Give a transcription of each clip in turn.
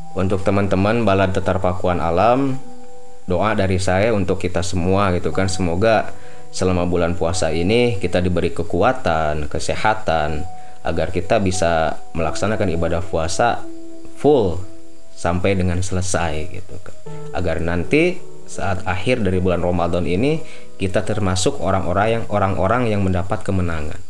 Untuk teman-teman Balad Tetar Pakuan Alam, doa dari saya untuk kita semua gitu kan. Semoga selama bulan puasa ini kita diberi kekuatan, kesehatan, agar kita bisa melaksanakan ibadah puasa full sampai dengan selesai gitu kan. Agar nanti saat akhir dari bulan Ramadan ini kita termasuk orang-orang yang mendapat kemenangan.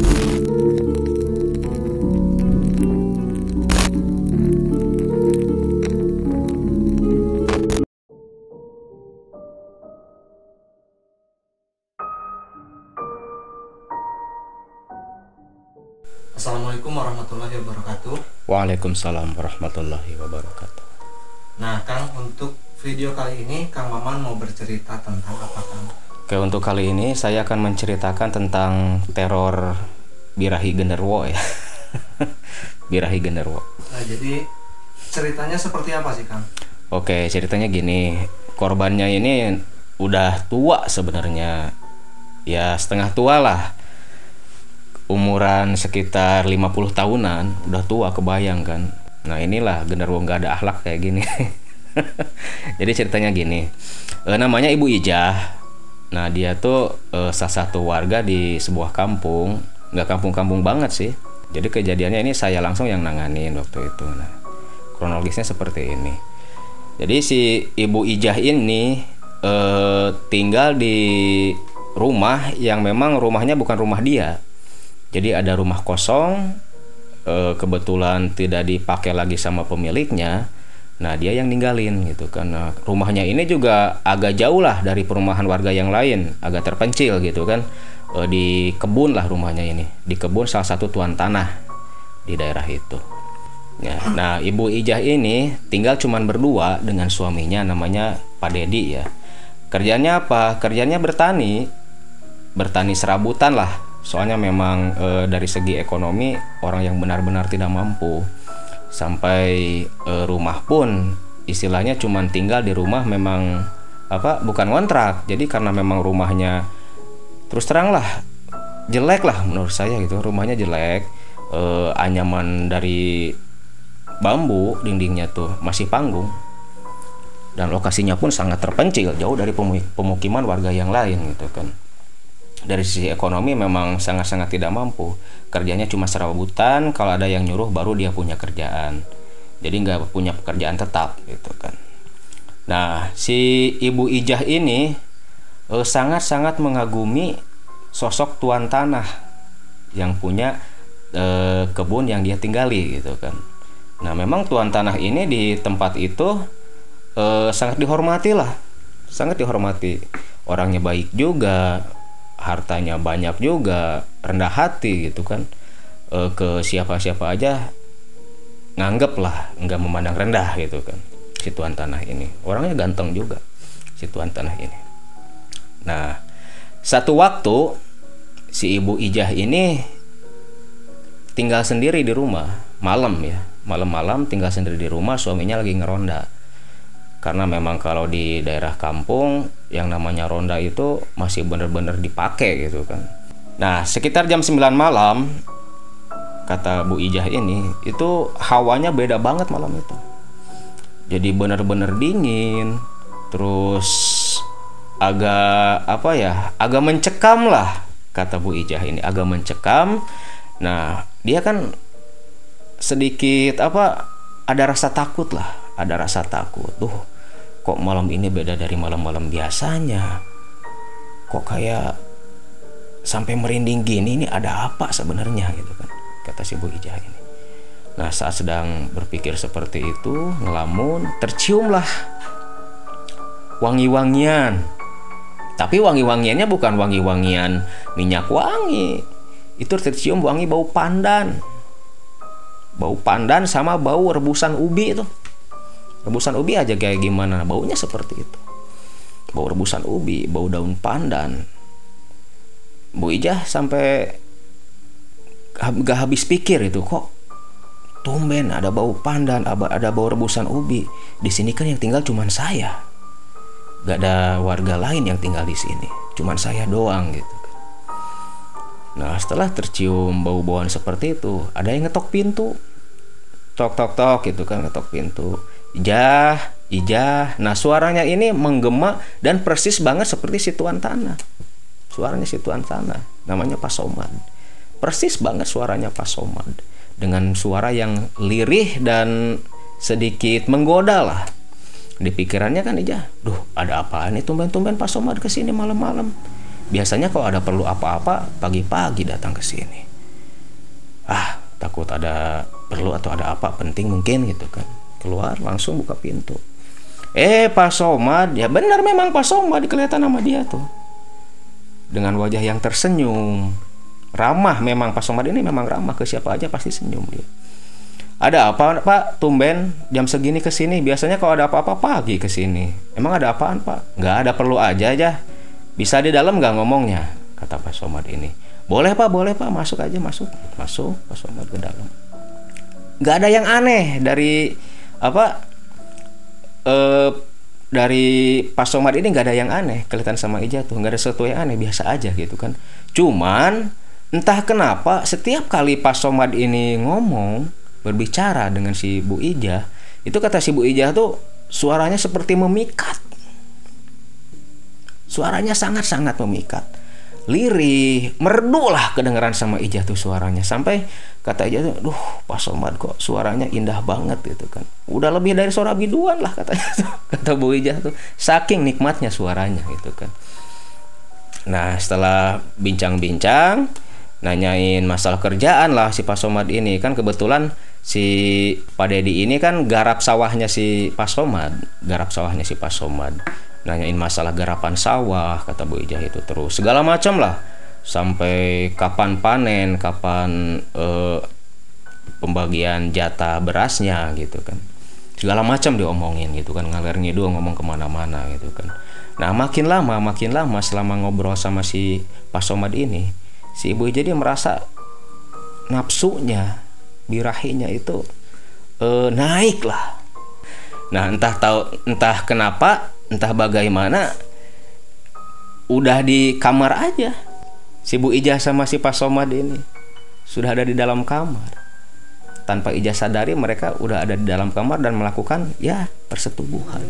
Assalamualaikum warahmatullahi wabarakatuh. Waalaikumsalam warahmatullahi wabarakatuh. Nah, Kang, untuk video kali ini Kang Maman mau bercerita tentang apa, Kang? Oke, untuk kali ini saya akan menceritakan tentang teror Birahi Genderuwo ya. Birahi Genderuwo. Nah, jadi ceritanya seperti apa sih, Kang? Oke, ceritanya gini. Korbannya ini udah tua sebenarnya. Ya, setengah tua lah. Umuran sekitar 50 tahunan, udah tua, kebayang kan. Nah, inilah genderuwo nggak ada akhlak kayak gini. Jadi ceritanya gini, namanya Ibu Ijah. Nah, dia tuh salah satu warga di sebuah kampung, nggak kampung-kampung banget sih. Jadi kejadiannya ini saya langsung yang nanganin waktu itu. Nah, kronologisnya seperti ini. Jadi si Ibu Ijah ini tinggal di rumah yang memang rumahnya bukan rumah dia. Jadi ada rumah kosong, kebetulan tidak dipakai lagi sama pemiliknya. Nah, dia yang ninggalin gitu kan. Nah, rumahnya ini juga agak jauh lah dari perumahan warga yang lain, agak terpencil gitu kan. Di kebun lah rumahnya ini, di kebun salah satu tuan tanah di daerah itu. Ya, nah, Ibu Ijah ini tinggal cuman berdua dengan suaminya, namanya Pak Dedi ya. Kerjanya apa? Kerjanya bertani serabutan lah. Soalnya memang dari segi ekonomi orang yang benar-benar tidak mampu. Sampai rumah pun istilahnya cuman tinggal di rumah memang bukan kontrak. Jadi karena memang rumahnya terus terang lah jelek lah menurut saya gitu. Rumahnya jelek, anyaman dari bambu, dindingnya tuh masih panggung. Dan lokasinya pun sangat terpencil, jauh dari pemukiman warga yang lain gitu kan. Dari sisi ekonomi memang sangat-sangat tidak mampu. Kerjanya cuma serabutan, kalau ada yang nyuruh baru dia punya kerjaan. Jadi nggak punya pekerjaan tetap gitu kan. Nah, si Ibu Ijah ini sangat-sangat mengagumi sosok tuan tanah yang punya kebun yang dia tinggali gitu kan. Nah, memang tuan tanah ini di tempat itu sangat dihormati lah. Sangat dihormati. Orangnya baik juga, hartanya banyak juga, rendah hati gitu kan. Ke siapa-siapa aja nganggep lah, nggak memandang rendah gitu kan si tuan tanah ini. Orangnya ganteng juga si tuan tanah ini. Nah, satu waktu si Ibu Ijah ini tinggal sendiri di rumah malam ya, malam-malam tinggal sendiri di rumah, suaminya lagi ngeronda. Karena memang kalau di daerah kampung yang namanya ronda itu masih benar-benar dipakai gitu kan. Nah, sekitar jam 9 malam kata Bu Ijah ini, itu hawanya beda banget malam itu. Jadi benar-benar dingin, terus agak agak mencekam lah kata Bu Ijah ini, agak mencekam. Nah, dia kan sedikit ada rasa takut lah. Ada rasa takut, kok malam ini beda dari malam-malam biasanya. Kok kayak sampai merinding gini, ini ada apa sebenarnya gitu kan, kata si Bu Ijah ini. Nah, saat sedang berpikir seperti itu, ngelamun, terciumlah wangi-wangian. Tapi wangi-wangiannya bukan wangi-wangian minyak wangi. Itu tercium wangi bau pandan. Bau pandan sama bau rebusan ubi itu. Rebusan ubi aja kayak gimana, baunya seperti itu. Bau rebusan ubi, bau daun pandan. Bu Ijah sampai gak habis pikir itu, kok tumben ada bau pandan, ada bau rebusan ubi. Di sini kan yang tinggal cuman saya. Gak ada warga lain yang tinggal di sini. Cuman saya doang gitu. Nah, setelah tercium bau-bauan seperti itu, ada yang ngetok pintu. tok tok tok gitu kan, ketok pintu. Ijah, Ijah. Nah suaranya ini menggema dan persis banget seperti si tuan tanah. Suaranya si tuan tanah, namanya Pak Somad. Persis banget suaranya Pak Somad, dengan suara yang lirih dan sedikit menggoda lah. Di pikirannya kan Ijah, duh ada apaan nih tumben-tumben Pak Somad kesini malam-malam. Biasanya kalau ada perlu apa-apa pagi-pagi datang ke sini. Takut ada perlu atau ada apa penting mungkin gitu kan. Keluar langsung buka pintu. Pak Somad, ya benar memang Pak Somad, kelihatan sama dia tuh. Dengan wajah yang tersenyum. Ramah memang Pak Somad ini, memang ramah, ke siapa aja pasti senyum dia. Ada apa Pak? Tumben jam segini ke sini. Biasanya kalau ada apa-apa pagi ke sini. Emang ada apaan Pak? Nggak ada, perlu aja. Bisa di dalam nggak ngomongnya? Kata Pak Somad ini. Boleh Pak, masuk aja, masuk. Masuk Pak Somad ke dalam. Nggak ada yang aneh dari dari Pak Somad ini, nggak ada yang aneh. Kelihatan sama Ijah tuh nggak ada sesuatu yang aneh, biasa aja gitu kan. Cuman entah kenapa setiap kali Pak Somad ini ngomong, berbicara dengan si Bu Ijah, itu kata si Bu Ijah tuh suaranya seperti memikat. Suaranya sangat-sangat memikat, lirih, merdu lah kedengeran sama Ijah tuh suaranya. Sampai kata Ijah tuh, duh Pak Somad kok suaranya indah banget gitu kan. Udah lebih dari suara biduan lah katanya tuh. Kata Bu Ijah tuh, saking nikmatnya suaranya gitu kan. Nah setelah bincang-bincang, nanyain masalah kerjaan lah si Pak Somad ini. Kan kebetulan si Pak Dedi ini kan garap sawahnya si Pak Somad. Nanyain masalah garapan sawah, kata Bu Ijah itu, terus segala macam lah, sampai kapan panen, kapan pembagian jatah berasnya gitu kan, segala macam diomongin gitu kan, ngalir ngidul ngomong kemana-mana gitu kan. Nah makin lama selama ngobrol sama si Pak Somad ini, si Ibu Ijah dia merasa nafsunya, birahinya itu naik lah. Nah entah kenapa, entah bagaimana, udah di kamar aja si Bu Ijah sama si Pak Somad ini, sudah ada di dalam kamar. Tanpa Ijah sadari mereka udah ada di dalam kamar dan melakukan persetubuhan.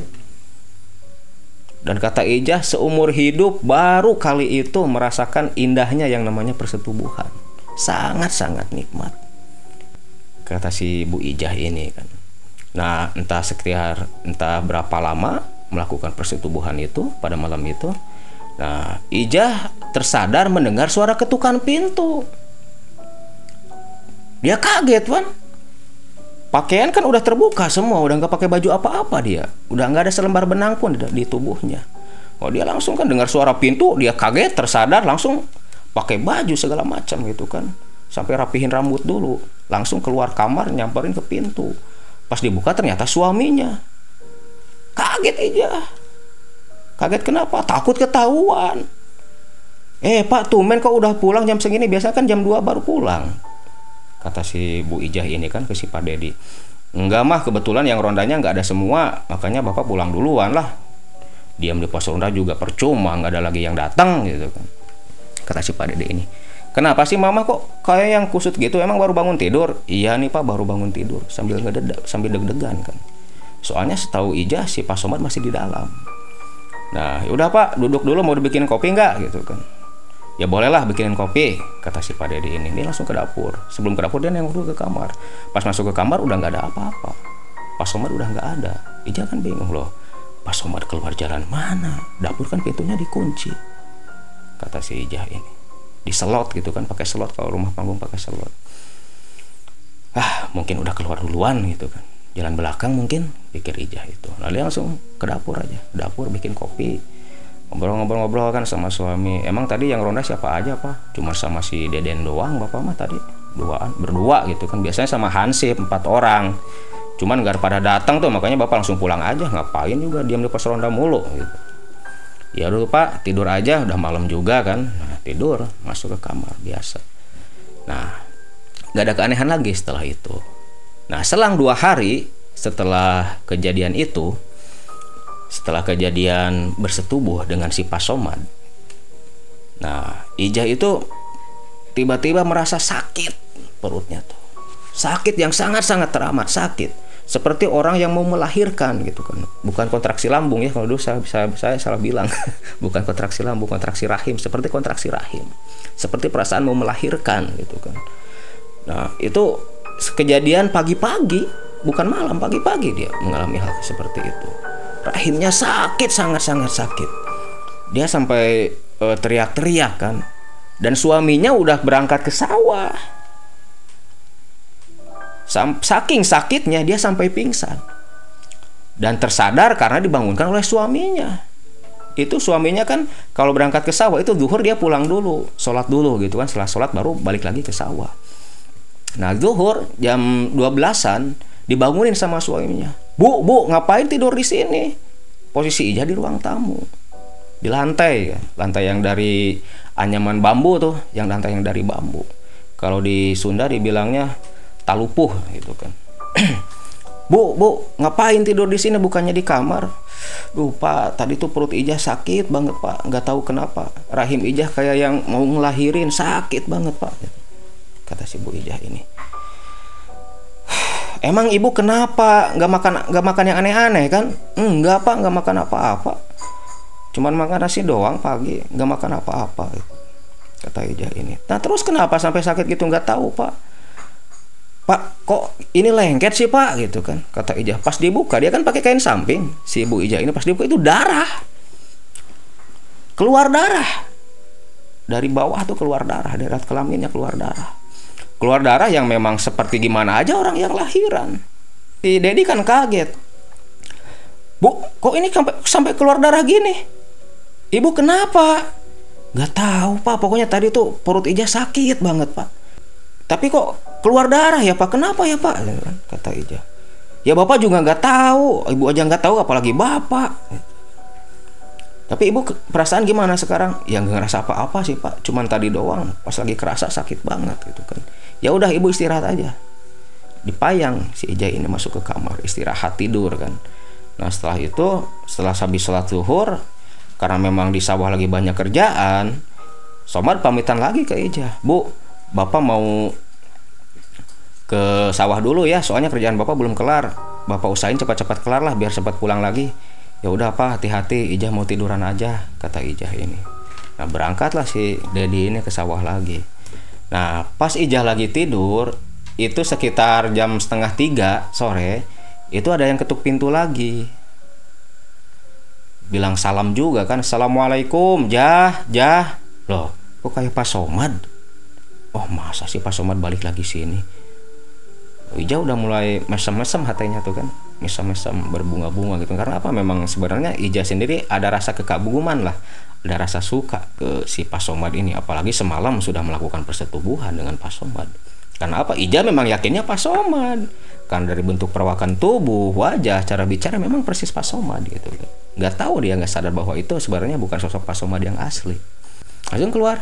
Dan kata Ijah, seumur hidup baru kali itu merasakan indahnya yang namanya persetubuhan. Sangat-sangat nikmat, kata si Bu Ijah ini kan. Nah entah berapa lama melakukan persetubuhan itu pada malam itu. Nah Ijah tersadar mendengar suara ketukan pintu. Dia kaget kan, pakaian kan udah terbuka semua, udah nggak pakai baju apa-apa, dia udah nggak ada selembar benang pun di tubuhnya. Dia langsung kan dengar suara pintu, dia kaget, tersadar, langsung pakai baju segala macam gitu kan, sampai rapihin rambut dulu, langsung keluar kamar nyamperin ke pintu. Pas dibuka ternyata suaminya. Kaget Ijah. Kaget kenapa? Takut ketahuan. Pak, tumben kok udah pulang jam segini, biasa kan jam 2 baru pulang, kata si Bu Ijah ini kan ke si Pak Dedi. Enggak mah, kebetulan yang rondanya nggak ada semua, makanya bapak pulang duluan lah. Diam di pos ronda juga percuma, nggak ada lagi yang datang gitu kan, kata si Pak Dedi ini. Kenapa sih mama kok kayak yang kusut gitu, emang baru bangun tidur? Iya nih Pak, baru bangun tidur, sambil deg-degan kan. Soalnya setahu Ijah si Pak Somad masih di dalam. Nah yaudah Pak, duduk dulu, mau dibikin kopi nggak gitu kan. Ya bolehlah bikinin kopi, kata si Pak Dedi ini. Dia langsung ke dapur. Sebelum ke dapur dia nengok dulu ke kamar. Pas masuk ke kamar udah nggak ada apa-apa, Pak Somad udah nggak ada. Ijah kan bingung loh, Pak Somad keluar jalan mana? Dapur kan pintunya dikunci, kata si Ijah ini. Diselot gitu kan, pakai selot, kalau rumah panggung pakai selot. Mungkin udah keluar duluan gitu kan, jalan belakang mungkin, pikir Ijah itu. Nah dia langsung ke dapur aja, dapur bikin kopi, ngobrol-ngobrol kan sama suami. Emang tadi yang ronda siapa aja Pak? Cuma sama si Deden doang bapak mah tadi, berdua gitu kan. Biasanya sama Hansip 4 orang, cuman gak pada datang tuh, makanya bapak langsung pulang aja. Ngapain juga diam di pos ronda mulu gitu. Ya udah Pak, tidur aja, udah malam juga kan. Nah, tidur, masuk ke kamar biasa. Nah gak ada keanehan lagi setelah itu. Nah selang 2 hari setelah kejadian itu, setelah kejadian bersetubuh dengan si Pak Somad, nah Ijah itu tiba-tiba merasa sakit perutnya tuh, sakit yang sangat-sangat teramat sakit, seperti orang yang mau melahirkan gitu kan. Bukan kontraksi lambung ya, kalau dulu saya salah bilang. Bukan kontraksi lambung, kontraksi rahim, seperti kontraksi rahim, seperti perasaan mau melahirkan gitu kan. Nah itu kejadian pagi-pagi, bukan malam, pagi-pagi dia mengalami hal seperti itu. Rahimnya sakit, sangat-sangat sakit. Dia sampai teriak-teriak kan. Dan suaminya udah berangkat ke sawah. Saking sakitnya dia sampai pingsan. Dan tersadar karena dibangunkan oleh suaminya. Itu suaminya kan kalau berangkat ke sawah itu zuhur dia pulang dulu, sholat dulu gitu kan. Setelah sholat baru balik lagi ke sawah. Nah zuhur jam 12-an dibangunin sama suaminya. Bu, ngapain tidur di sini? Posisi Ijah di ruang tamu. Di lantai ya. Lantai yang dari anyaman bambu tuh, yang lantai yang dari bambu. Kalau di Sunda dibilangnya talupuh gitu kan. Bu, ngapain tidur di sini bukannya di kamar? Duh Pak, tadi tuh perut Ijah sakit banget Pak, nggak tahu kenapa. Rahim Ijah kayak yang mau ngelahirin, sakit banget Pak. Kata si Bu Ijah ini. Emang ibu kenapa nggak makan yang aneh-aneh kan? Enggak Pak, nggak makan apa-apa. Cuman makan nasi doang pagi, nggak makan apa-apa. Kata Ijah ini. Nah terus kenapa sampai sakit gitu? Nggak tahu Pak. Pak, kok ini lengket sih Pak? Gitu kan. Kata Ijah. Pas dibuka, dia kan pakai kain samping. Si Ibu Ijah ini pas dibuka itu darah. Keluar darah. Dari bawah tuh keluar darah. Dari kelaminnya keluar darah. Keluar darah yang memang seperti gimana aja orang yang lahiran. Si Dedi kan kaget. Bu, kok ini sampai keluar darah gini? Ibu kenapa? Gak tahu Pak, pokoknya tadi tuh perut Ijah sakit banget Pak. Tapi kok keluar darah ya Pak? Kenapa ya Pak? Kata Ijah. Ya Bapak juga gak tahu, Ibu aja gak tahu apalagi Bapak. Tapi Ibu perasaan gimana sekarang? Ya gak ngerasa apa-apa sih Pak, cuman tadi doang pas lagi kerasa sakit banget gitu kan. Ya udah Ibu istirahat aja. Dipayang si Ijah ini masuk ke kamar, istirahat tidur kan. Nah setelah itu, setelah habis sholat zuhur, karena memang di sawah lagi banyak kerjaan, Somad pamitan lagi ke Ijah. Bu, Bapak mau ke sawah dulu ya, soalnya kerjaan Bapak belum kelar. Bapak usahain cepat-cepat kelar lah biar cepat pulang lagi. Ya udah Pak, hati-hati, Ijah mau tiduran aja, kata Ijah ini. Nah berangkatlah si Dedi ini ke sawah lagi. Nah pas Ijah lagi tidur, itu sekitar jam 2:30 sore, itu ada yang ketuk pintu lagi. Bilang salam juga kan. Assalamualaikum, Jah. Loh, kok kayak Pak Somad? Oh masa sih Pak Somad balik lagi sini? Ijah udah mulai mesem-mesem hatinya tuh kan. Mesem-mesem berbunga-bunga gitu. Karena apa? Memang sebenarnya Ijah sendiri ada rasa kekaguman lah. Ada rasa suka ke si Pak Somad ini. Apalagi semalam sudah melakukan persetubuhan dengan Pak Somad. Karena apa? Ijah memang yakinnya Pak Somad. Kan dari bentuk perawakan tubuh, wajah, cara bicara memang persis Pak Somad gitu. Nggak tahu dia, nggak sadar bahwa itu sebenarnya bukan sosok Pak Somad yang asli. Langsung keluar,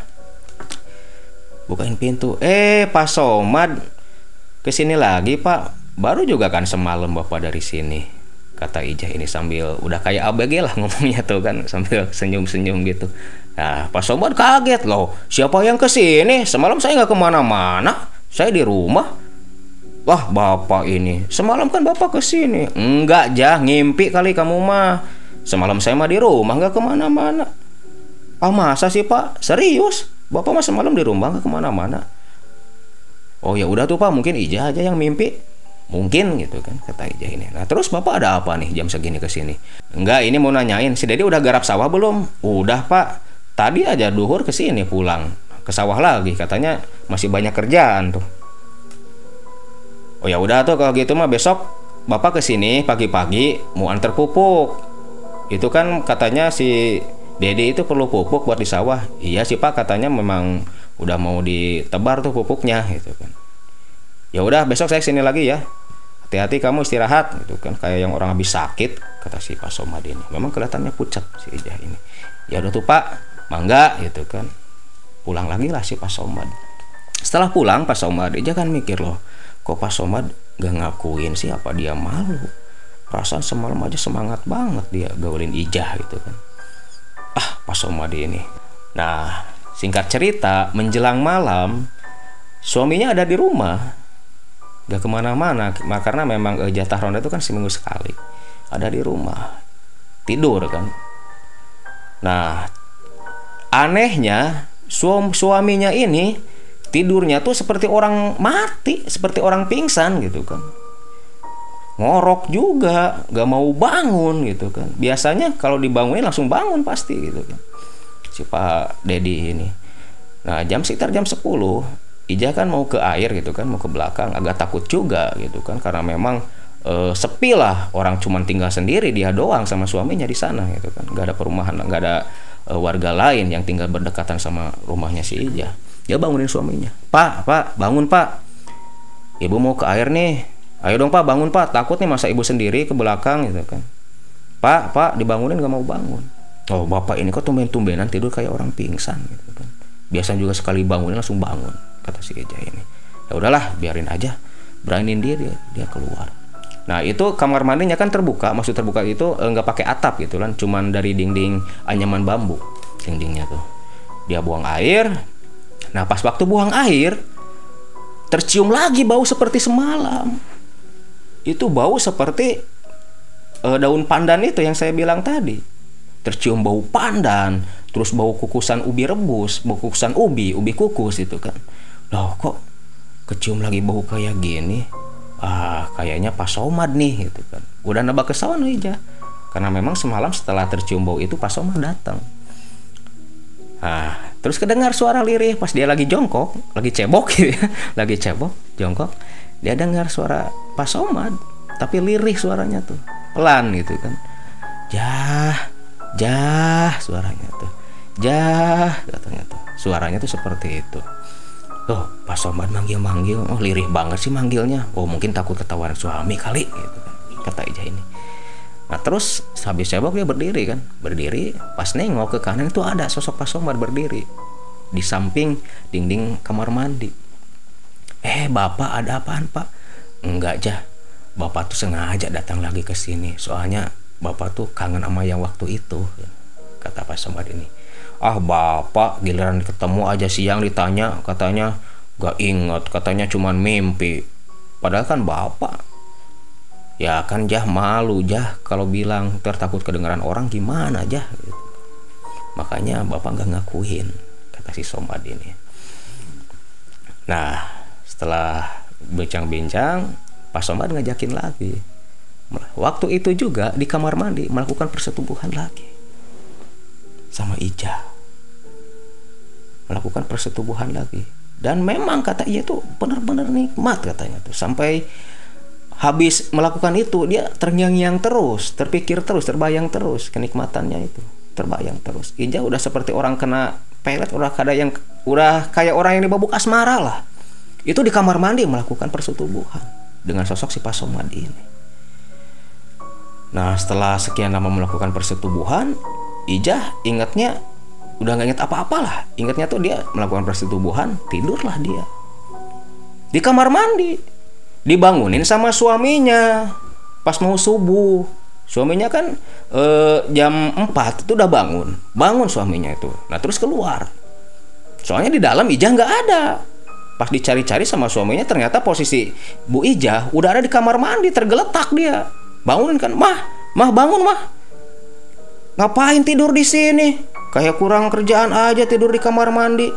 bukain pintu. Pak Somad kesini lagi Pak. Baru juga kan semalam Bapak dari sini, kata Ijah ini sambil udah kayak ABG lah ngomongnya tuh kan, sambil senyum-senyum gitu. Nah Pak Somad kaget loh. Siapa yang kesini? Semalam saya nggak kemana-mana. Saya di rumah. Wah Bapak ini, semalam kan Bapak kesini. Enggak Jah, ngimpi kali kamu mah. Semalam saya mah di rumah, nggak kemana-mana. Ah masa sih Pak? Serius? Bapak mah semalam di rumah, nggak kemana-mana. Oh ya udah tuh Pak, mungkin Ijah aja yang mimpi. Mungkin gitu kan, kata Ijah ini. Nah terus Bapak ada apa nih jam segini kesini? Enggak, ini mau nanyain, si Dedi udah garap sawah belum? Udah Pak, tadi aja duhur kesini pulang. Ke sawah lagi, katanya masih banyak kerjaan tuh. Oh ya udah tuh kalau gitu mah besok Bapak kesini pagi-pagi mau antar pupuk. Itu kan katanya si Dedi itu perlu pupuk buat di sawah. Iya sih Pak, katanya memang udah mau ditebar tuh pupuknya gitu kan. Ya udah besok saya kesini lagi ya. Hati-hati kamu istirahat gitu kan, kayak yang orang habis sakit, kata si Pak Somad ini. Memang kelihatannya pucat si Ijah ini. Ya udah tuh Pak, mangga gitu kan. Pulang lagi lah si Pak Somad. Setelah pulang Pak Somad, Ijah kan mikir loh, kok Pak Somad gak ngakuin sih, apa dia malu? Perasaan semalam aja semangat banget dia gaulin Ijah gitu kan. Pak Somad ini. Nah singkat cerita, menjelang malam suaminya ada di rumah. Gak kemana-mana karena memang jatah ronda itu kan seminggu sekali ada di rumah tidur kan. Nah anehnya suaminya ini tidurnya tuh seperti orang mati, seperti orang pingsan gitu kan, ngorok juga, gak mau bangun gitu kan. Biasanya kalau dibangunin langsung bangun pasti gitu kan si Pak Dedi ini. Nah sekitar jam 10 Ija kan mau ke air gitu kan, mau ke belakang, agak takut juga gitu kan karena memang sepi lah, orang cuman tinggal sendiri dia doang sama suaminya di sana gitu kan, nggak ada perumahan, nggak ada warga lain yang tinggal berdekatan sama rumahnya si Ija. Dia bangunin suaminya, Pak bangun Pak, ibu mau ke air nih, ayo dong Pak bangun Pak, takut nih masa ibu sendiri ke belakang gitu kan. Pak dibangunin nggak mau bangun. Oh bapak ini kok tumben-tumbenan tidur kayak orang pingsan gitu kan, biasanya juga sekali bangunin langsung bangun, kata si Ija ini. Ya udahlah biarin aja, beraniin dia keluar. Nah itu kamar mandinya kan terbuka, maksud terbuka itu nggak pakai atap gitu kan, cuman dari dinding anyaman bambu dindingnya tuh. Dia buang air. Nah pas waktu buang air tercium lagi bau seperti semalam. Itu bau seperti daun pandan itu yang saya bilang tadi. Tercium bau pandan, terus bau kukusan ubi rebus, bau kukusan ubi kukus itu kan. Loh kok kecium lagi bau kayak gini? Kayaknya Pak Somad nih gitu kan. Udah nebak ke sana aja. Karena memang semalam setelah tercium bau itu Pak Somad datang. Terus kedengar suara lirih pas dia lagi jongkok, lagi cebok gitu ya. Lagi cebok, jongkok. Dia dengar suara Pak Somad, tapi lirih suaranya tuh. Pelan gitu kan. Jah suaranya tuh. Jah katanya tuh. Suaranya tuh seperti itu. Loh, Pak Somad manggil-manggil, oh lirih banget sih manggilnya. Oh mungkin takut ketahuan suami kali gitu kan, kata Ija ini. Nah terus habis cebok dia berdiri kan, pas nengok ke kanan itu ada sosok Pak Somad berdiri di samping dinding kamar mandi. Bapak ada apaan Pak? Enggak Jah, Bapak tuh sengaja datang lagi ke sini, soalnya Bapak tuh kangen sama yang waktu itu, kata Pak Somad ini. Bapak giliran ketemu aja siang ditanya, katanya gak inget, katanya cuman mimpi. Padahal kan Bapak ya kan Jah malu Jah kalau bilang, takut kedengaran orang gimana Jah gitu. Makanya Bapak gak ngakuin, kata si Somad ini. Nah setelah bincang-bincang Pak Somad ngajakin lagi. Waktu itu juga di kamar mandi melakukan persetubuhan lagi sama Ija, melakukan persetubuhan lagi. Dan memang kata Ija tuh benar-benar nikmat katanya tuh. Sampai habis melakukan itu dia terngiang-ngiang terus, terpikir terus, terbayang terus kenikmatannya itu, terbayang terus. Ija udah seperti orang kena pelet, udah kayak orang yang dibabuk asmara lah. Itu di kamar mandi melakukan persetubuhan dengan sosok si Pak Somad ini. Nah setelah sekian lama melakukan persetubuhan, Ija ingatnya udah gak inget apa-apa lah. Ingatnya tuh dia melakukan persetubuhan, tidurlah dia di kamar mandi, dibangunin sama suaminya pas mau subuh. Suaminya kan jam 4 itu udah bangun suaminya itu. Nah terus keluar, soalnya di dalam Ija nggak ada. Pas dicari-cari sama suaminya ternyata posisi Bu Ija udah ada di kamar mandi, tergeletak dia. Bangunin kan, mah bangun mah, ngapain tidur di sini? Kayak kurang kerjaan aja tidur di kamar mandi.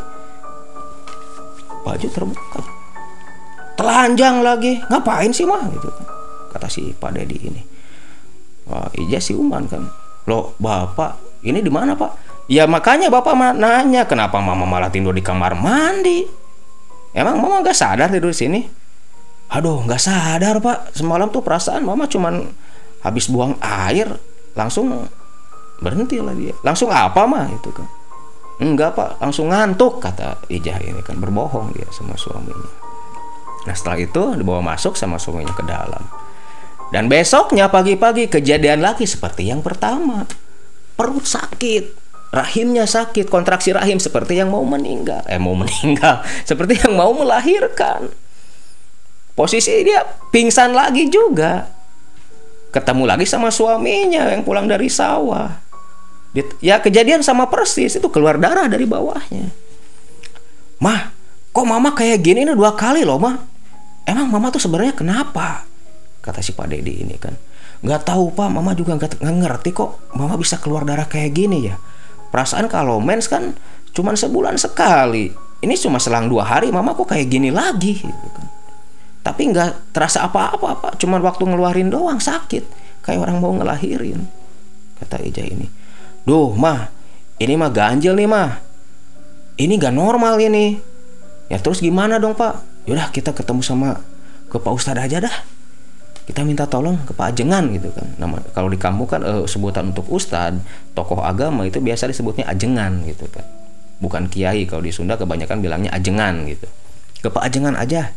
Baju terbuka, telanjang lagi, ngapain sih mah? Gitu kan, kata si Pak Dedi ini. Ija si Uman kan, loh Bapak ini di mana Pak? Ya makanya Bapak nanya kenapa Mama malah tidur di kamar mandi. Emang Mama gak sadar tidur di sini? Aduh gak sadar Pak, semalam tuh perasaan Mama cuman habis buang air langsung berhenti lah dia. Langsung apa mah itu kan? Enggak Pak, langsung ngantuk, kata Ija ini kan, berbohong dia sama suaminya. Nah setelah itu dibawa masuk sama suaminya ke dalam. Dan besoknya pagi-pagi kejadian lagi seperti yang pertama. Perut sakit, rahimnya sakit, kontraksi rahim seperti yang mau meninggal. Seperti yang mau melahirkan. Posisi dia pingsan lagi juga. Ketemu lagi sama suaminya yang pulang dari sawah. Ya kejadian sama persis, itu keluar darah dari bawahnya. Mah, kok Mama kayak gini ini 2 kali loh Mah. emang mama tuh sebenarnya kenapa? Kata si Pak Dedi ini kan. Nggak tahu Pak, mama juga nggak ngerti kok mama bisa keluar darah kayak gini ya. Perasaan kalau mens kan cuman sebulan sekali. Ini cuma selang 2 hari mama kok kayak gini lagi gitu kan. Tapi nggak terasa apa-apa Pak, cuman waktu ngeluarin doang sakit kayak orang mau ngelahirin. Kata Ija ini. Duh mah, ini mah ganjil nih mah. Ini gak normal ini. Ya terus gimana dong Pak? Yaudah kita ketemu sama ke Pak Ustadz aja dah. Kita minta tolong ke Pak Ajengan gitu kan. Nama kalau di kampung kan sebutan untuk ustadz, tokoh agama itu biasa disebutnya ajengan gitu kan. Bukan kiai, kalau di Sunda kebanyakan bilangnya ajengan gitu. Ke Pak Ajengan aja.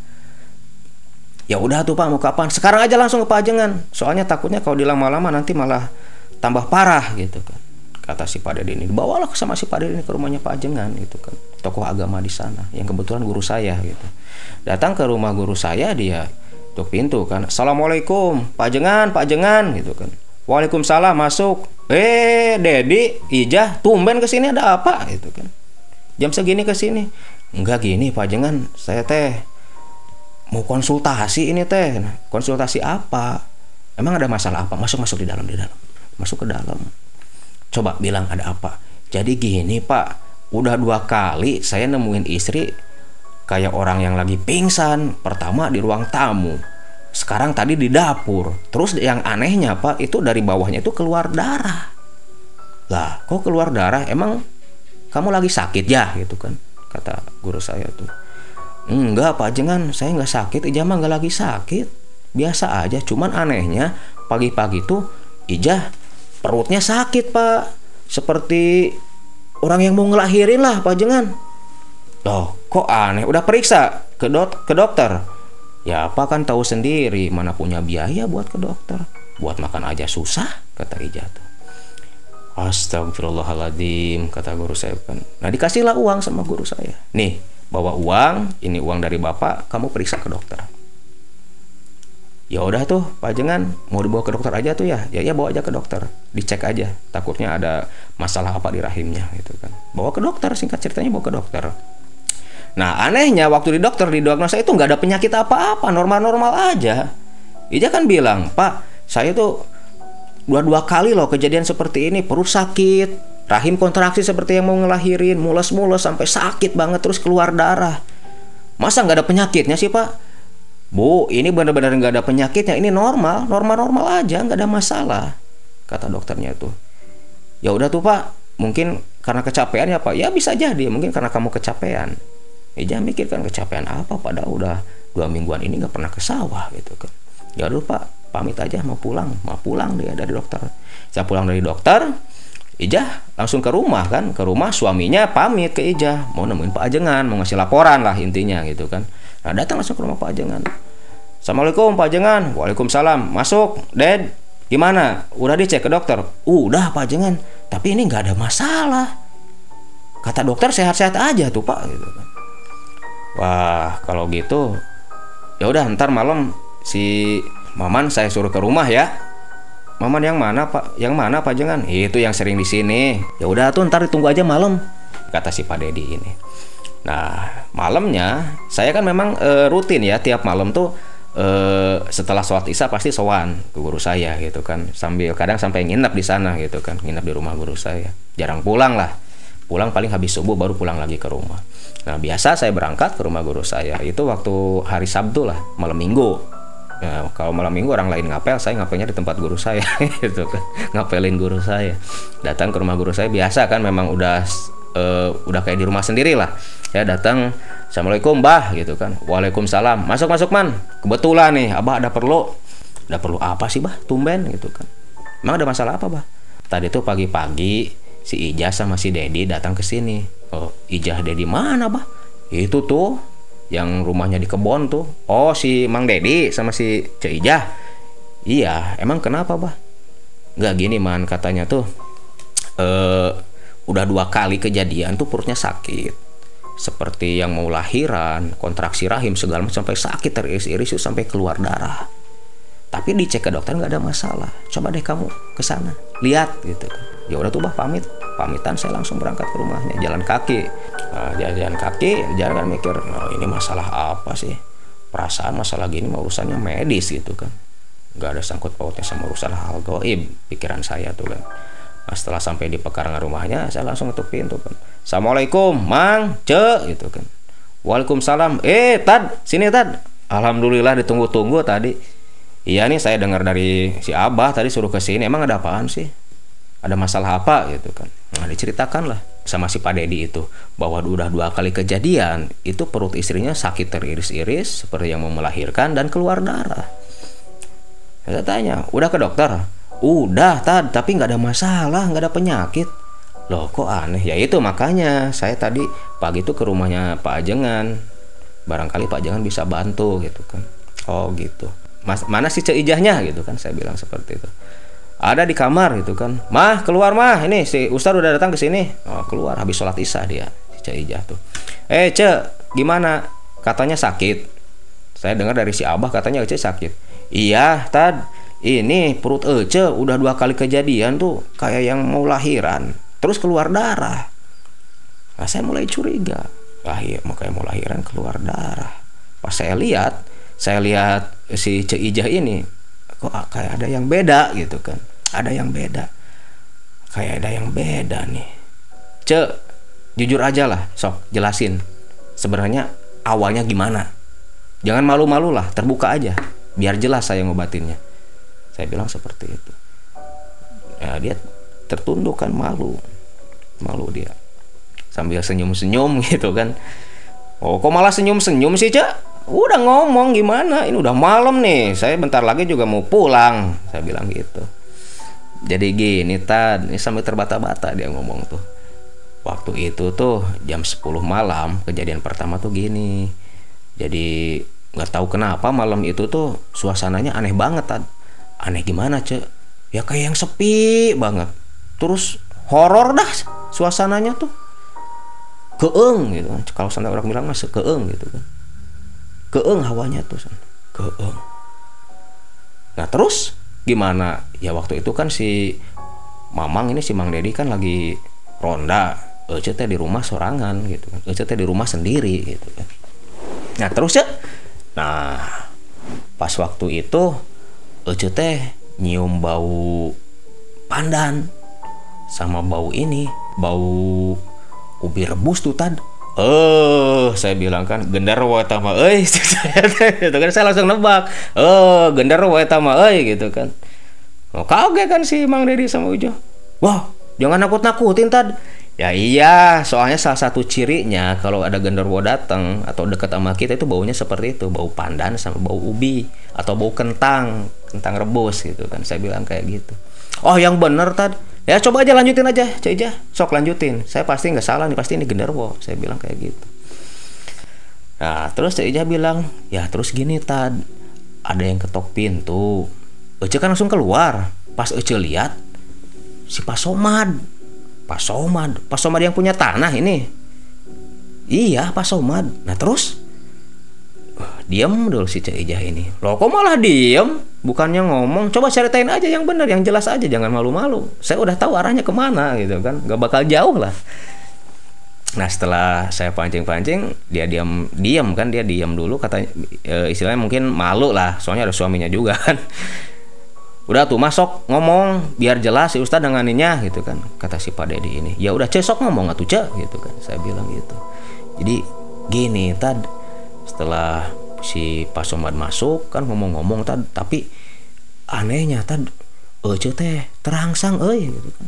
Ya udah tuh Pak, mau kapan? Sekarang aja langsung ke Pak Ajengan. Soalnya takutnya kalau dilama-lama nanti malah tambah parah gitu kan. Kata si Pak Dedi ini, bawalah sama si Pak Dedi ini ke rumahnya Pak Ajengan gitu kan. Tokoh agama di sana, yang kebetulan guru saya gitu. Datang ke rumah guru saya, dia tuk pintu kan. Assalamualaikum, Pak Ajengan gitu kan. Waalaikumsalam, masuk. Dedi, Ijah, tumben kesini ada apa gitu kan. Jam segini kesini. Enggak gini Pak Ajengan, saya teh mau konsultasi ini teh. Konsultasi apa? Emang ada masalah apa? Masuk di dalam. Masuk ke dalam. Coba bilang ada apa? Jadi gini Pak, udah 2 kali saya nemuin istri kayak orang yang lagi pingsan. Pertama di ruang tamu, sekarang tadi di dapur. Terus yang anehnya Pak, itu dari bawahnya itu keluar darah. Lah kok keluar darah? Emang kamu lagi sakit ya gitu kan? Kata guru saya tuh. Enggak Pak Ajengan, saya nggak sakit. Ijah mah nggak lagi sakit, biasa aja. Cuman anehnya pagi-pagi tuh Ijah perutnya sakit Pak, seperti orang yang mau ngelahirin lah Pak Ajengan. Loh kok aneh? Udah periksa ke dokter? Ya Pak kan tahu sendiri, mana punya biaya buat ke dokter. Buat makan aja susah, kata Ijah tuh. Astagfirullahaladzim, kata guru saya kan. Nah dikasihlah uang sama guru saya. Nih bawa uang, ini uang dari bapak, kamu periksa ke dokter. Ya udah tuh Pak Ajengan, mau dibawa ke dokter aja tuh ya. Ya bawa aja ke dokter, dicek aja, takutnya ada masalah apa di rahimnya gitu kan. Bawa ke dokter, singkat ceritanya bawa ke dokter. Nah anehnya waktu di dokter didiagnosa itu nggak ada penyakit apa-apa, normal-normal aja. Ija kan bilang, Pak saya tuh 2 kali loh kejadian seperti ini, perut sakit, rahim kontraksi seperti yang mau ngelahirin, mules-mules sampai sakit banget, terus keluar darah. Masa nggak ada penyakitnya sih Pak? Bu, ini benar-benar nggak ada penyakitnya, ini normal aja, nggak ada masalah, kata dokternya tuh. Ya udah tuh Pak, mungkin karena kecapean ya Pak. Ya bisa jadi, mungkin karena kamu kecapean. Jangan mikir kan kecapean apa, padahal udah 2 mingguan ini nggak pernah ke sawah gitu kan. Ya udah Pak, pamit aja, mau pulang dia dari dokter. Saya pulang dari dokter, Ijah langsung ke rumah kan. Ke rumah suaminya pamit ke Ijah, mau nemuin Pak Ajengan, mau ngasih laporan lah intinya gitu kan. Nah datang langsung ke rumah Pak Ajengan. Assalamualaikum Pak Ajengan. Waalaikumsalam. Masuk Ded, gimana? Udah dicek ke dokter? Udah Pak Ajengan, tapi ini nggak ada masalah, kata dokter, sehat-sehat aja tuh Pak gitu kan. Wah kalau gitu ya udah, ntar malam si Maman saya suruh ke rumah ya. Maman yang mana Pak? Yang mana Pak Ajengan? Itu yang sering di sini. Ya udah tuh ntar ditunggu aja malam, kata si Pak Dedi ini. Nah malamnya saya kan memang rutin ya, tiap malam tuh setelah sholat isya pasti sowan ke guru saya gitu kan, kadang sampai nginep di sana gitu kan, nginep di rumah guru saya. Jarang pulang lah, pulang paling habis subuh baru pulang lagi ke rumah. Nah biasa saya berangkat ke rumah guru saya itu waktu hari Sabtu lah, malam Minggu. Nah, kalau malam Minggu orang lain ngapel, saya ngapelnya di tempat guru saya gitu kan, ngapelin guru saya. Datang ke rumah guru saya biasa kan, memang udah kayak di rumah sendiri lah. Saya datang, Assalamualaikum Mbah gitu kan. Waalaikumsalam. Masuk Man, kebetulan nih Abah ada perlu apa sih Bah, tumben gitu kan. Emang ada masalah apa Bah? Tadi tuh pagi-pagi si Ijah sama si Dedi datang ke sini. Oh Ijah Dedi mana Bah? Itu tuh yang rumahnya di kebon tuh. Oh si Mang Dedi sama si Cek Ijah. Iya emang kenapa Bah? Nggak gini Man, katanya tuh udah 2 kali kejadian tuh perutnya sakit, seperti yang mau lahiran, kontraksi rahim segala macam, sampai sakit teriris-iris sampai keluar darah. Tapi dicek ke dokter nggak ada masalah. Coba deh kamu ke sana lihat gitu kan. Ya udah tuh Bah, pamitan saya langsung berangkat ke rumahnya, jalan kaki. Jalan kaki, jangan mikir ini masalah apa sih. perasaan masalah gini mah urusannya medis gitu kan, nggak ada sangkut pautnya sama urusan hal gaib pikiran saya tuh kan. Nah, setelah sampai di pekarangan rumahnya, saya langsung ketuk pintu kan. Assalamualaikum, Mang, Ce, gitu kan. Waalaikumsalam. Tad, sini Tad. Alhamdulillah ditunggu-tunggu tadi. Iya nih saya dengar dari si Abah tadi suruh ke sini. Emang ada apaan sih? Ada masalah apa gitu kan? Nah, diceritakan lah sama si Pak Dedi itu bahwa udah 2 kali kejadian itu perut istrinya sakit teriris-iris seperti yang mau melahirkan dan keluar darah. Saya tanya, udah ke dokter? Udah Tad, tapi nggak ada masalah, nggak ada penyakit. Loh kok aneh? Ya itu makanya saya tadi pagi itu ke rumahnya Pak Ajengan. Barangkali Pak Ajengan bisa bantu gitu kan. Oh gitu. Mana si Cek Ijahnya gitu kan, saya bilang seperti itu. Ada di kamar gitu kan. Mah keluar mah, ini si Ustadz udah datang ke sini. Oh keluar habis sholat isya dia, si Cek Ijah tuh. Cek, gimana? Katanya sakit. Saya dengar dari si Abah katanya Cek sakit. Iya Tad. Ini perut Ece udah 2 kali kejadian tuh kayak yang mau lahiran, terus keluar darah. Nah, saya mulai curiga, kayak mau lahiran keluar darah. Pas saya lihat si Cek Ijah ini, kok kayak ada yang beda gitu kan? Ada yang beda, kayak ada yang beda nih. Cek, jujur aja lah, sok jelasin. Sebenarnya awalnya gimana? Jangan malu-malu lah, terbuka aja, biar jelas saya ngobatinnya. Saya bilang seperti itu. Ya, dia tertunduk kan, malu dia sambil senyum-senyum gitu kan. Oh kok malah senyum-senyum sih Cak? Udah ngomong gimana? Ini udah malam nih, saya bentar lagi juga mau pulang. Saya bilang gitu. Jadi gini Tad, ini sambil terbata-bata dia ngomong tuh. Waktu itu tuh jam 10 malam kejadian pertama tuh gini. Jadi nggak tahu kenapa malam itu tuh suasananya aneh banget Tad. Aneh gimana Cek? Ya kayak yang sepi banget. Terus horor dah suasananya tuh. Keeng gitu. Kalau sana orang bilang mah keeng gitu kan. Keeng hawanya tuh. Keeng. Nah terus gimana? Ya waktu itu kan si Mamang ini, si Mang Dedi kan lagi ronda. Ece teh di rumah sorangan gitu kan. Ece teh di rumah sendiri gitu kan. Nah terus ya. Nah pas waktu itu Ece teh nyium bau pandan sama bau bau ubi rebus tuh Tad. Saya bilang kan gendarwo eta mah euy. Itu kan saya langsung nebak. Gendarwo eta mah euy gitu kan. Oh, kaget kan si Mang Dedi sama Ujo. Wah, jangan nakut-nakutin Tad. Ya iya, soalnya salah satu cirinya kalau ada genderuwo datang atau dekat sama kita itu baunya seperti itu, bau pandan sama bau ubi atau bau kentang rebus gitu kan. Saya bilang kayak gitu. Oh yang bener Tad. Ya coba aja lanjutin aja, Cik Ijah. Sok lanjutin. Saya pasti nggak salah nih, pasti ini genderuwo. Saya bilang kayak gitu. Nah terus Cik Ijah bilang, ya terus gini Tad, ada yang ketok pintu. Ece kan langsung keluar. Pas Ece lihat si Pak Somad yang punya tanah ini. Iya Pak Somad. Nah terus diam dulu si Cik Ijah ini. Loh kok malah diam? Bukannya ngomong. Coba ceritain aja yang benar, yang jelas aja, jangan malu-malu. Saya udah tahu arahnya kemana gitu kan. Gak bakal jauh lah. Nah setelah saya pancing-pancing, dia diam kan, dia diam dulu katanya, istilahnya mungkin malu lah, soalnya ada suaminya juga kan. Udah tuh masuk ngomong biar jelas si Ustadz denganinnya gitu kan, kata si Pak Dedi ini. Ya udah Cek ngomong atuh Cek gitu kan, saya bilang gitu. Jadi gini Tad, setelah si Pak Somad masuk kan ngomong-ngomong Tad, tapi anehnya Tad, Cek teh terangsang gitu kan.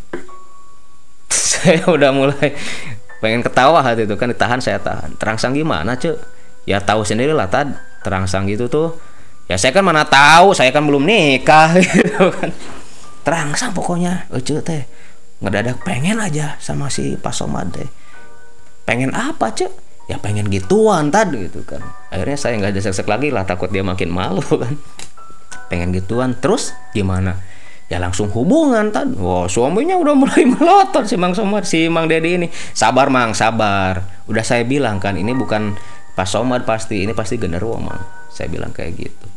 Saya udah mulai pengen ketawa hati itu kan, ditahan, saya tahan. Terangsang gimana Cek? Ya tahu sendiri lah Tad, terangsang gitu tuh. Ya saya kan mana tahu, saya kan belum nikah gitu kan. Terangsang pokoknya Ece teh ngedadak pengen aja sama si Pak Somad teh. Pengen apa Cek? Ya pengen gituan Tad gitu kan. Akhirnya saya nggak desek-desek lagi lah, takut dia makin malu kan. Pengen gituan. Terus gimana? Ya langsung hubungan Tad. Wah suaminya udah mulai melotot si Mang Somad, si Mang Dedi ini. Sabar Mang, sabar. Udah saya bilang kan ini bukan Pak Somad pasti, ini pasti genderuwo Mang. Saya bilang kayak gitu.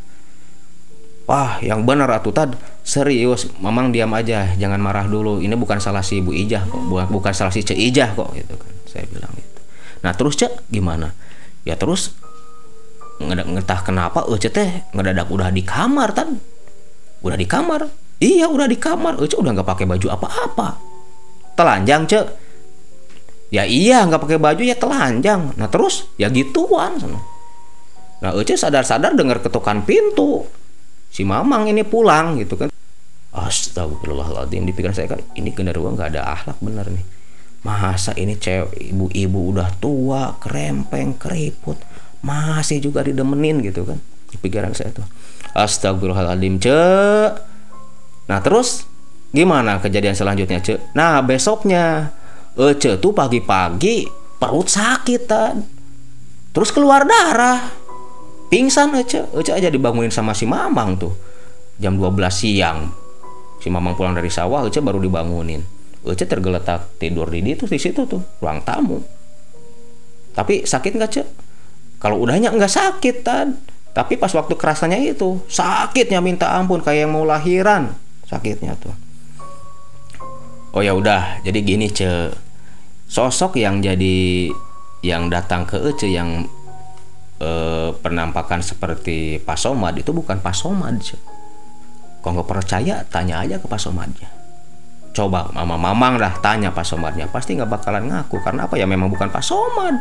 Wah yang benar atuh Tad, serius Mamang diam aja, jangan marah dulu, ini bukan salah si Ibu Ijah kok, bukan salah si Cik Ijah kok gitu kan, saya bilang gitu. Nah terus Cek gimana? Ya terus Ngetah kenapa Ece teh ngedadak udah di kamar tan. Udah di kamar. Iya udah di kamar. Ece udah nggak pakai baju apa-apa. Telanjang cek. Ya iya nggak pakai baju ya telanjang. Nah terus ya gituan. Nah Ece sadar-sadar dengar ketukan pintu. Si Mamang ini pulang gitu kan. Astagfirullahaladzim, di pikiran saya kan ini genderuwo nggak ada akhlak bener nih. Masa ini cewek ibu-ibu udah tua, kerempeng, keriput, masih juga didemenin gitu kan. Di pikiran saya tuh. Astagfirullahaladzim cek. Nah terus gimana kejadian selanjutnya cek? Nah besoknya Ece tuh pagi-pagi perut sakit tan. Terus keluar darah. Pingsan Ece aja dibangunin sama si Mamang tuh. Jam 12 siang. Si Mamang pulang dari sawah, Ece baru dibangunin. Ece tergeletak tidur di situ tuh, ruang tamu. Tapi sakit nggak cek? Kalau udahnya nggak sakit tan. Tapi pas waktu kerasanya itu sakitnya minta ampun kayak yang mau lahiran sakitnya tuh. Oh ya udah, jadi gini cek. Sosok yang datang ke Ece yang penampakan seperti Pak Somad itu bukan Pak Somad cek. Kalau nggak percaya tanya aja ke Pak Somadnya. Coba Mamang dah tanya Pak Somadnya, pasti nggak bakalan ngaku. Karena apa ya, memang bukan Pak Somad.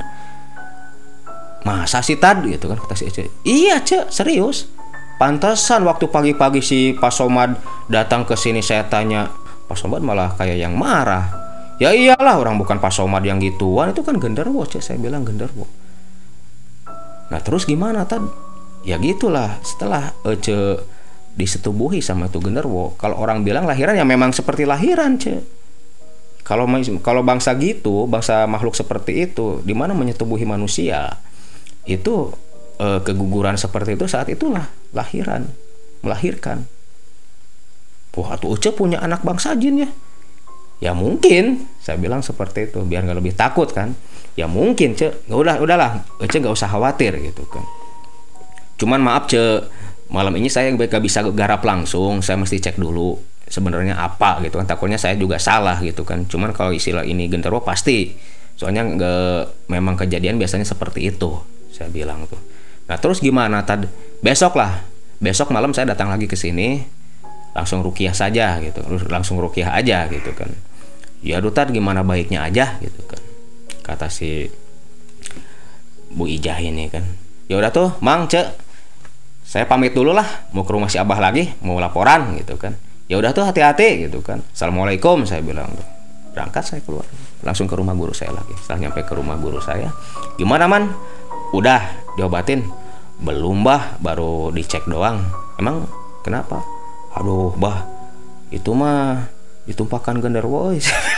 Masa sih tadi gitu kan kata si Ece. Iya cek, serius. Pantesan waktu pagi-pagi si Pak Somad datang ke sini saya tanya, Pak Somad malah kayak yang marah. Ya iyalah, orang bukan Pak Somad yang gituan, itu kan genderuwo cek, saya bilang genderuwo. Nah terus gimana tad? Ya gitulah, setelah Ece disetubuhi sama itu genderuwo, kalau orang bilang lahiran ya memang seperti lahiran cek. Kalau bangsa gitu, bangsa makhluk seperti itu, di mana menyetubuhi manusia, itu keguguran seperti itu saat itulah lahiran, melahirkan. Wah tuh Ece punya anak bangsa jin ya. Ya mungkin, saya bilang seperti itu biar nggak lebih takut kan. Ya mungkin cek, udahlah, Ece nggak usah khawatir gitu kan. Cuman maaf cek, malam ini saya gak bisa garap langsung, saya mesti cek dulu sebenarnya apa gitu kan, takutnya saya juga salah gitu kan. Cuman kalau istilah ini genderuwo pasti, soalnya memang kejadian biasanya seperti itu, saya bilang tuh. Nah terus gimana tad? Besok malam saya datang lagi ke sini, langsung ruqyah saja gitu, langsung ruqyah aja gitu kan. Ya Tad gimana baiknya aja gitu kan, kata si Bu Ijah ini kan. Ya udah tuh Mang cek, saya pamit dulu lah, mau ke rumah si Abah lagi, mau laporan gitu kan. Ya udah tuh hati-hati gitu kan. Assalamualaikum saya bilang tuh. Berangkat saya keluar, langsung ke rumah guru saya lagi. Setelah nyampe ke rumah guru saya, gimana man? Udah diobatin? Belum bah, baru dicek doang. Emang kenapa? Aduh bah, itu mah ditumpahkan genderuwo.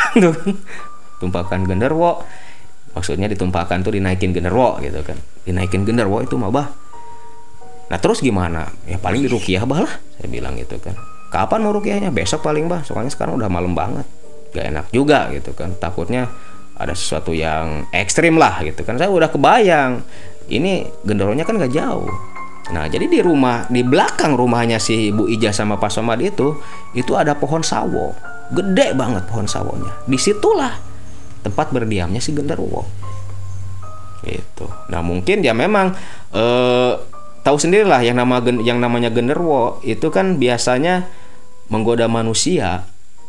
Tumpahkan genderuwo. Maksudnya ditumpahkan tuh dinaikin genderuwo gitu kan. Dinaikin genderuwo itu mah bah. Nah terus gimana? Ya paling diruqyah bah lah, saya bilang gitu kan. Kapan mau ruqyahnya? Besok paling bah, soalnya sekarang udah malam banget. Gak enak juga gitu kan, takutnya ada sesuatu yang ekstrim lah gitu kan. Saya udah kebayang, ini genderuwonya kan gak jauh. Nah jadi di belakang rumahnya si Bu Ijah sama Pak Somad itu ada pohon sawo. Gede banget pohon sawonya. Disitulah tempat berdiamnya si genderuwo. Gitu. Nah mungkin ya memang tahu sendirilah yang namanya genderuwo itu kan biasanya menggoda manusia,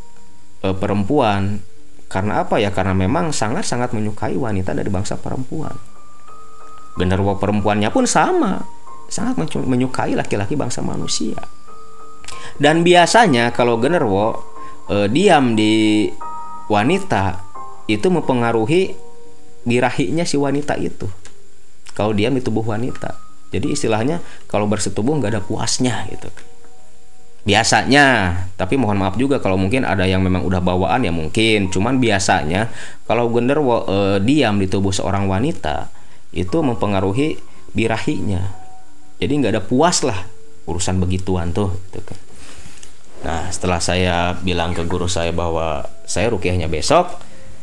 perempuan. Karena apa ya? Karena memang sangat-sangat menyukai wanita dari bangsa perempuan. Genderuwo perempuannya pun sama, sangat menyukai laki-laki bangsa manusia. Dan biasanya kalau genderuwo diam di wanita itu mempengaruhi birahinya si wanita itu. Kalau diam di tubuh wanita, jadi istilahnya kalau bersetubuh nggak ada puasnya gitu. Biasanya, tapi mohon maaf juga kalau mungkin ada yang memang udah bawaan ya mungkin. Cuman biasanya kalau genderuwo diam di tubuh seorang wanita itu mempengaruhi birahinya. Jadi nggak ada puas lah urusan begituan tuh gitu kan. Nah setelah saya bilang ke guru saya bahwa saya ruqyahnya besok,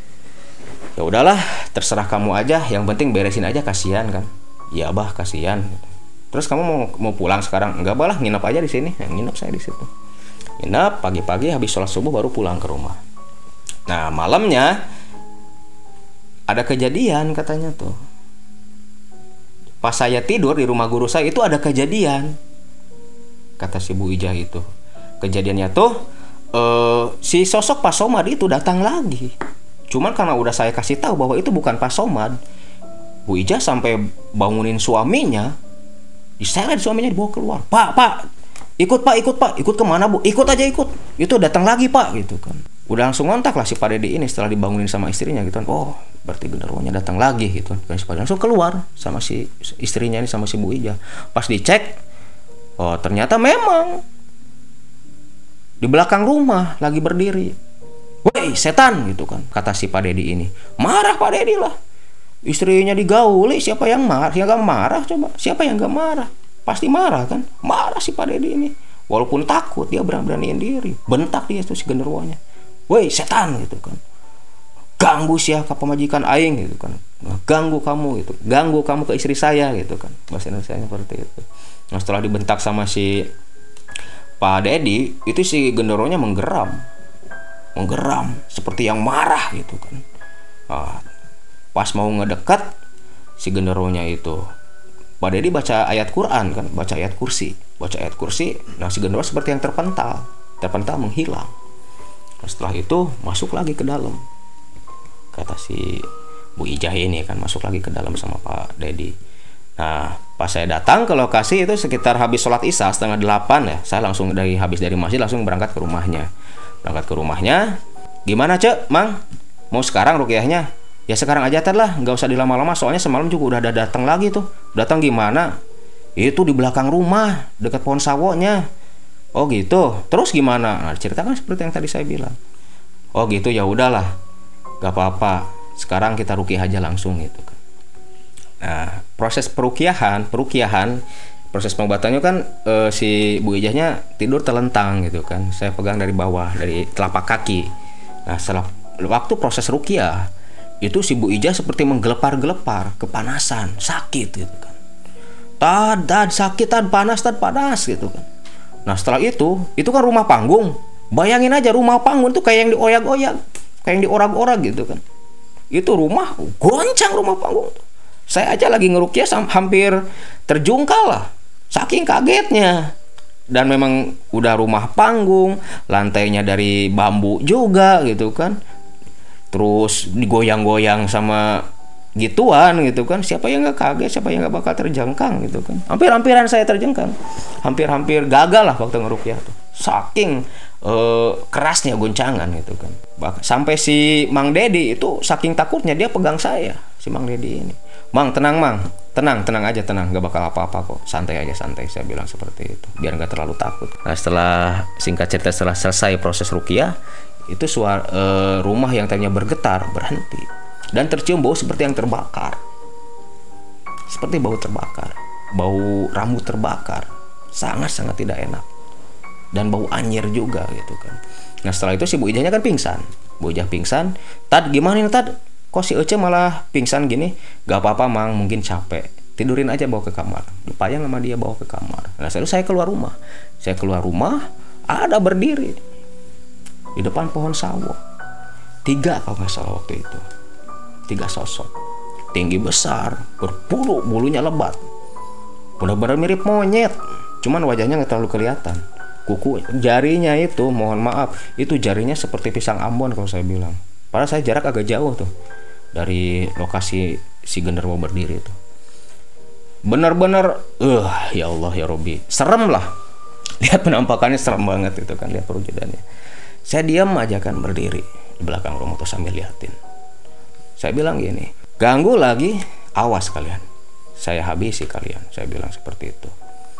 ya udahlah terserah kamu aja, yang penting beresin aja, kasihan kan. Ya Abah kasihan. Terus kamu mau pulang sekarang? Enggak bah lah, nginep aja di sini. Yang nginep saya di situ. Nginep pagi-pagi habis sholat subuh baru pulang ke rumah. Nah malamnya ada kejadian katanya tuh. pas saya tidur di rumah guru saya itu ada kejadian, kata si Bu Ijah itu. Kejadiannya tuh si sosok Pak Somad itu datang lagi. Cuman karena udah saya kasih tahu bahwa itu bukan Pak Somad, Bu Ijah sampai bangunin suaminya, diseret suaminya, dibawa keluar. Pak, ikut Pak, ikut kemana Bu? Ikut aja ikut. Itu datang lagi Pak, gitu kan. Udah langsung ngontak lah si Pak Dedi ini setelah dibangunin sama istrinya gitu kan. Oh, berarti genderuwonya datang lagi gitu kan. Langsung keluar sama si istrinya ini, sama si Bu Ijah. Pas dicek, oh ternyata memang di belakang rumah lagi berdiri. Woi setan gitu kan, kata si Pak Dedi ini. Marah Pak Dedi lah. Istrinya digauli, siapa yang marah? Yang gak marah coba? Siapa yang gak marah? Pasti marah kan? Marah si Pak Dedi ini. Walaupun takut, dia beraniin diri. Bentak dia tuh si genderuwonya. Woi setan gitu kan, ganggu siapa pemajikan aing gitu kan, ganggu kamu gitu, ganggu kamu ke istri saya gitu kan, bahasa Indonesia seperti itu. Nah setelah dibentak sama si Pak Dedi itu, si genderuwonya menggeram seperti yang marah gitu kan. Nah, pas mau ngedekat si genderuwonya itu, Pak Dedi baca ayat Quran kan, baca ayat kursi. Nah si genderuwo seperti yang terpental menghilang. Nah, setelah itu masuk lagi ke dalam, kata si Bu Ijah ini kan, masuk lagi ke dalam sama Pak Dedi. Nah pas saya datang ke lokasi itu sekitar habis sholat isya 7:30 ya, saya langsung habis dari masjid langsung berangkat ke rumahnya. Gimana Cek Mang, mau sekarang ruqyahnya? Ya sekarang aja lah, nggak usah dilama-lama, soalnya semalam juga udah datang lagi tuh. Datang gimana? Itu di belakang rumah dekat pohon sawonya. Oh gitu. Terus gimana? Nah, ceritakan seperti yang tadi saya bilang. Oh gitu, ya udahlah, gak apa-apa. Sekarang kita ruqyah aja langsung gitu kan. Nah proses peruqyahan, proses pengobatannya kan si Bu Ijahnya tidur telentang gitu kan. Saya pegang dari bawah, dari telapak kaki. Nah setelah waktu proses ruqyah itu si Bu Ijah seperti menggelepar-gelepar, kepanasan, sakit gitu kan. Tad sakit, panas gitu kan. Nah setelah itu kan rumah panggung. Bayangin aja rumah panggung tuh kayak yang dioyak-oyak, kayak yang diorak-orak gitu kan. Itu rumah goncang, rumah panggung. Saya aja lagi ngeruqyah hampir terjungkal lah, saking kagetnya. Dan memang udah rumah panggung, lantainya dari bambu juga gitu kan. Terus digoyang-goyang sama gituan gitu kan. Siapa yang gak kaget, siapa yang gak bakal terjengkang gitu kan. Hampir-hampiran saya terjengkang, hampir gagal lah waktu ngeruqyah tuh, saking kerasnya goncangan gitu kan. Bahkan sampai si Mang Dedi itu saking takutnya dia pegang saya, si Mang Dedi ini. Mang tenang Mang, tenang aja, gak bakal apa-apa kok, santai aja, saya bilang seperti itu biar gak terlalu takut. Nah setelah singkat cerita, setelah selesai proses ruqyah itu rumah yang tadinya bergetar berhenti dan tercium bau seperti yang terbakar, seperti bau terbakar, bau rambut terbakar, sangat tidak enak, dan bau anyir juga gitu kan. Nah setelah itu si Bu Ijahnya kan pingsan. Bu Ijah pingsan. Tad gimana nih Tad, kok si Ece malah pingsan gini? Gak apa-apa Mang, mungkin capek, tidurin aja, bawa ke kamar. Dipayang sama dia, bawa ke kamar. Nah setelah itu saya keluar rumah, ada berdiri di depan pohon sawo 3 kalau nggak salah waktu itu, 3 sosok tinggi besar, berbulu, bulunya lebat, benar-benar mirip monyet, cuman wajahnya nggak terlalu kelihatan. Kuku jarinya itu, mohon maaf, itu jarinya seperti pisang Ambon kalau saya bilang. Padahal saya jarak agak jauh tuh dari lokasi si genderuwo berdiri itu. Benar-benar ya Allah ya Robbi, serem lah. Lihat penampakannya serem banget itu kan, lihat perwujudannya. Saya diam aja kan berdiri di belakang rumah tuh sambil liatin. Saya bilang gini, ganggu lagi, awas kalian, saya habisi kalian, saya bilang seperti itu.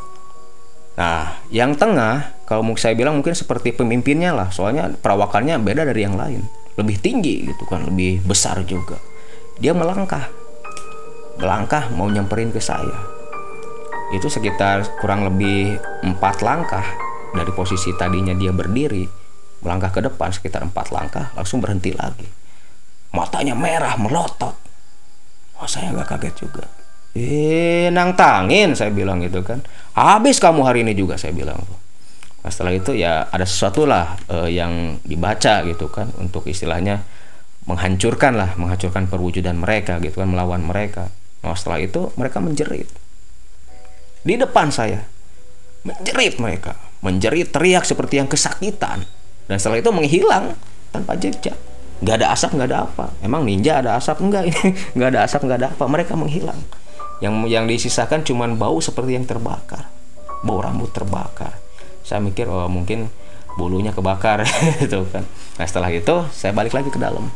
Nah, yang tengah, kalau mau saya bilang mungkin seperti pemimpinnya lah, soalnya perawakannya beda dari yang lain, lebih tinggi gitu kan, lebih besar juga. Dia melangkah mau nyamperin ke saya. Itu sekitar kurang lebih 4 langkah dari posisi tadinya dia berdiri, melangkah ke depan sekitar 4 langkah, langsung berhenti lagi. Matanya merah melotot. Wah, saya agak kaget juga. Nang tangin, saya bilang gitu kan. Habis kamu hari ini juga, saya bilang. Nah, setelah itu ya ada sesuatu lah yang dibaca gitu kan, untuk istilahnya menghancurkan perwujudan mereka gitu kan, melawan mereka. Nah, setelah itu mereka menjerit di depan saya, menjerit teriak seperti yang kesakitan, dan setelah itu menghilang tanpa jejak. Nggak ada asap, nggak ada apa. Emang ninja ada asap? Enggak, ini nggak ada asap, nggak ada apa. Mereka menghilang. Yang disisakan cuman bau seperti yang terbakar, bau rambut terbakar. Saya mikir, oh mungkin bulunya kebakar gitu kan. Nah, setelah itu saya balik lagi ke dalam.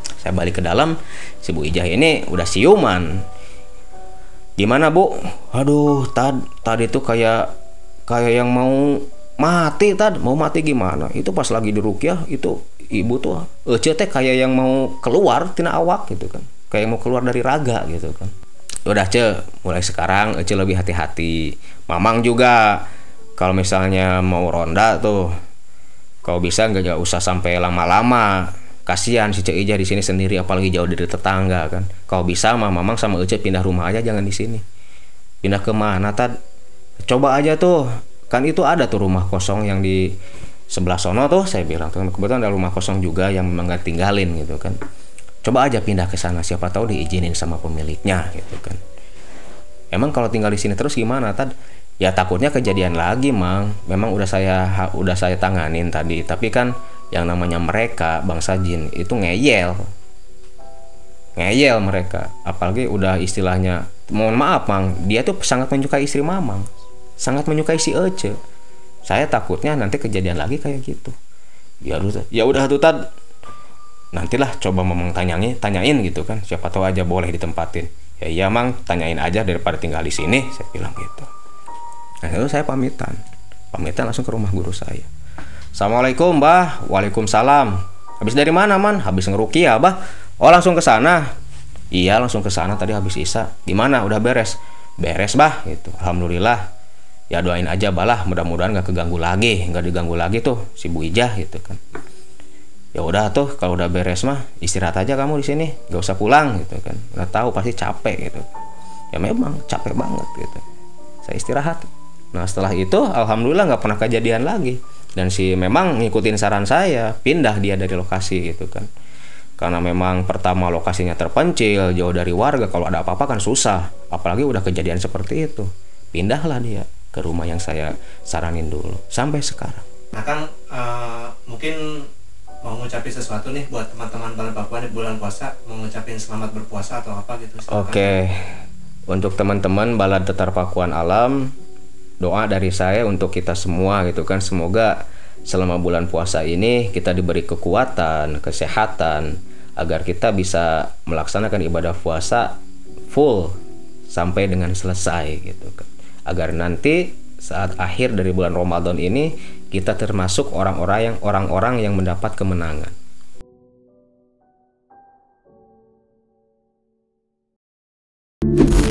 Si Bu Ijah ini udah siuman. Gimana, Bu? Aduh, tadi tuh kayak yang mau mati, mau mati gimana? Itu pas lagi diruqyah itu ibu tuh teh kayak yang mau keluar tina awak gitu kan. Kayak mau keluar dari raga gitu kan. Udah, mulai sekarang lebih hati-hati. Mamang juga kalau misalnya mau ronda tuh, kalau bisa nggak usah sampai lama-lama. Kasihan si Ijah di sini sendiri, apalagi jauh dari tetangga kan. Kalau bisa mamang sama pindah rumah aja, jangan di sini. Pindah ke mana, Tad? Coba aja tuh. Kan itu ada tuh rumah kosong yang di sebelah sono tuh, saya bilang tuh. Kebetulan ada rumah kosong juga yang memang nggak tinggalin gitu kan. Coba aja pindah ke sana, siapa tahu diizinin sama pemiliknya gitu kan. Emang kalau tinggal di sini terus gimana, Tad? Ya takutnya kejadian lagi, Mang. Memang udah saya tanganin tadi, tapi kan yang namanya mereka bangsa jin itu ngeyel mereka, apalagi udah istilahnya, mohon maaf Mang, dia tuh sangat menyukai istri Mamang, sangat menyukai si Ece. Saya takutnya nanti kejadian lagi kayak gitu. Ya udah tuh, Tad, nantilah coba Mamang tanyain gitu kan, siapa tahu aja boleh ditempatin. Ya iya Mang, tanyain aja daripada tinggal di sini, saya bilang gitu. Nah itu saya pamitan langsung ke rumah guru saya. Assalamualaikum, Bah. Waalaikumsalam. Habis dari mana, Man? Habis ngeruqyah, Bah. Oh, langsung ke sana. Iya, langsung ke sana tadi habis Isya. Di mana? Udah beres? Beres, Bah, gitu. Alhamdulillah. Ya doain aja, Bah lah, mudah-mudahan enggak diganggu lagi tuh si Bu Ijah gitu kan. Ya udah tuh, kalau udah beres mah istirahat aja kamu di sini, enggak usah pulang gitu kan. Udah tahu pasti capek gitu. Ya memang capek banget gitu. Saya istirahat. Nah, setelah itu alhamdulillah enggak pernah kejadian lagi. Dan memang ngikutin saran saya, pindah dia dari lokasi gitu kan. Karena memang pertama lokasinya terpencil, jauh dari warga, kalau ada apa-apa kan susah. Apalagi udah kejadian seperti itu. Pindahlah dia ke rumah yang saya saranin dulu sampai sekarang. Nah kan mungkin mau ngucapin sesuatu nih buat teman-teman Balad Papua di bulan puasa, mau ngucapin selamat berpuasa atau apa gitu. Oke. Untuk teman-teman Balad Tetar Pakuan Alam, doa dari saya untuk kita semua gitu kan, semoga selama bulan puasa ini kita diberi kekuatan, kesehatan, agar kita bisa melaksanakan ibadah puasa full sampai dengan selesai gitu kan. Agar nanti saat akhir dari bulan Ramadan ini kita termasuk orang-orang yang mendapat kemenangan.